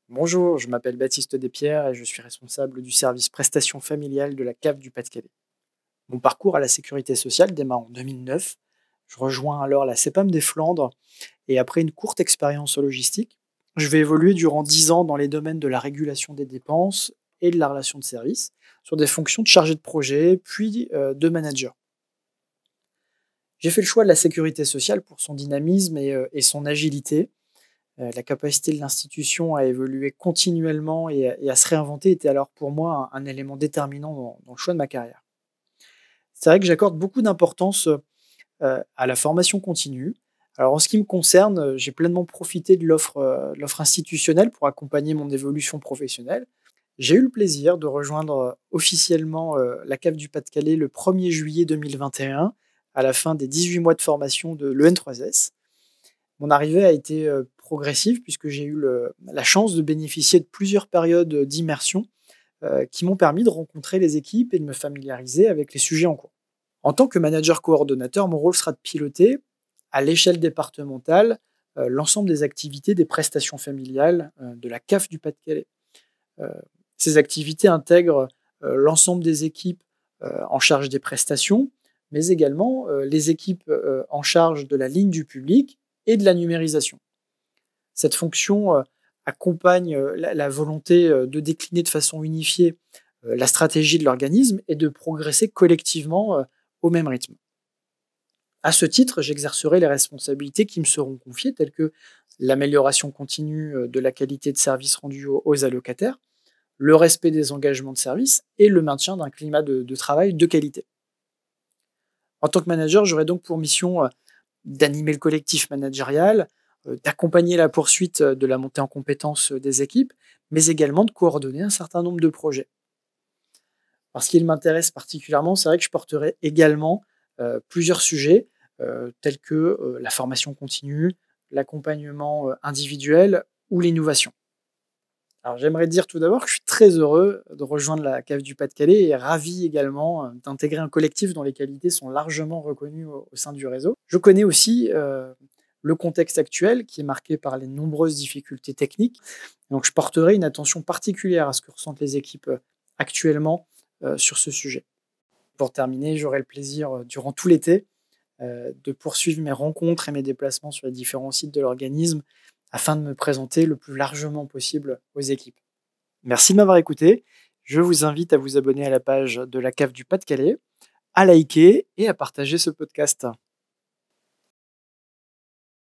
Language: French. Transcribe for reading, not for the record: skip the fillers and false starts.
Bonjour, je m'appelle Baptiste Despierres et je suis responsable du service prestations familiales de la CAF du Pas-de-Calais. Mon parcours à la sécurité sociale démarre en 2009. Je rejoins alors la CEPAM des Flandres et après une courte expérience en logistique, je vais évoluer durant 10 ans dans les domaines de la régulation des dépenses et de la relation de service, sur des fonctions de chargé de projet, puis de manager. J'ai fait le choix de la sécurité sociale pour son dynamisme et son agilité. La capacité de l'institution à évoluer continuellement et à se réinventer était alors pour moi un élément déterminant dans le choix de ma carrière. C'est vrai que j'accorde beaucoup d'importance, à la formation continue. Alors en ce qui me concerne, j'ai pleinement profité de l'offre institutionnelle pour accompagner mon évolution professionnelle. J'ai eu le plaisir de rejoindre, officiellement, la CAF du Pas-de-Calais le 1er juillet 2021, à la fin des 18 mois de formation de l'EN3S. Mon arrivée a été, progressive puisque j'ai eu la chance de bénéficier de plusieurs périodes, d'immersion, qui m'ont permis de rencontrer les équipes et de me familiariser avec les sujets en cours. En tant que manager coordonnateur, mon rôle sera de piloter, à l'échelle départementale, l'ensemble des activités des prestations familiales, de la CAF du Pas-de-Calais. Heu, Ces activités intègrent, l'ensemble des équipes, en charge des prestations, mais également, les équipes, en charge de la ligne du public et de la numérisation. Cette fonction, accompagne, la volonté, de décliner de façon unifiée, la stratégie de l'organisme et de progresser collectivement, au même rythme. À ce titre, j'exercerai les responsabilités qui me seront confiées, telles que l'amélioration continue, de la qualité de service rendu aux allocataires, le respect des engagements de service et le maintien d'un climat de travail de qualité. En tant que manager, j'aurai donc pour mission, d'animer le collectif managérial, d'accompagner la poursuite, de la montée en compétences, des équipes, mais également de coordonner un certain nombre de projets. Parce qu'il m'intéresse particulièrement, c'est vrai que je porterai également, plusieurs sujets, tels que, la formation continue, l'accompagnement, individuel ou l'innovation. Alors j'aimerais dire tout d'abord que je suis très heureux de rejoindre la CAF du Pas-de-Calais et ravi également, d'intégrer un collectif dont les qualités sont largement reconnues au sein du réseau. Je connais aussi, le contexte actuel qui est marqué par les nombreuses difficultés techniques. Donc je porterai une attention particulière à ce que ressentent les équipes, actuellement, sur ce sujet. Pour terminer, j'aurai le plaisir, durant tout l'été, de poursuivre mes rencontres et mes déplacements sur les différents sites de l'organisme afin de me présenter le plus largement possible aux équipes. Merci de m'avoir écouté. Je vous invite à vous abonner à la page de la CAF du Pas-de-Calais, à liker et à partager ce podcast.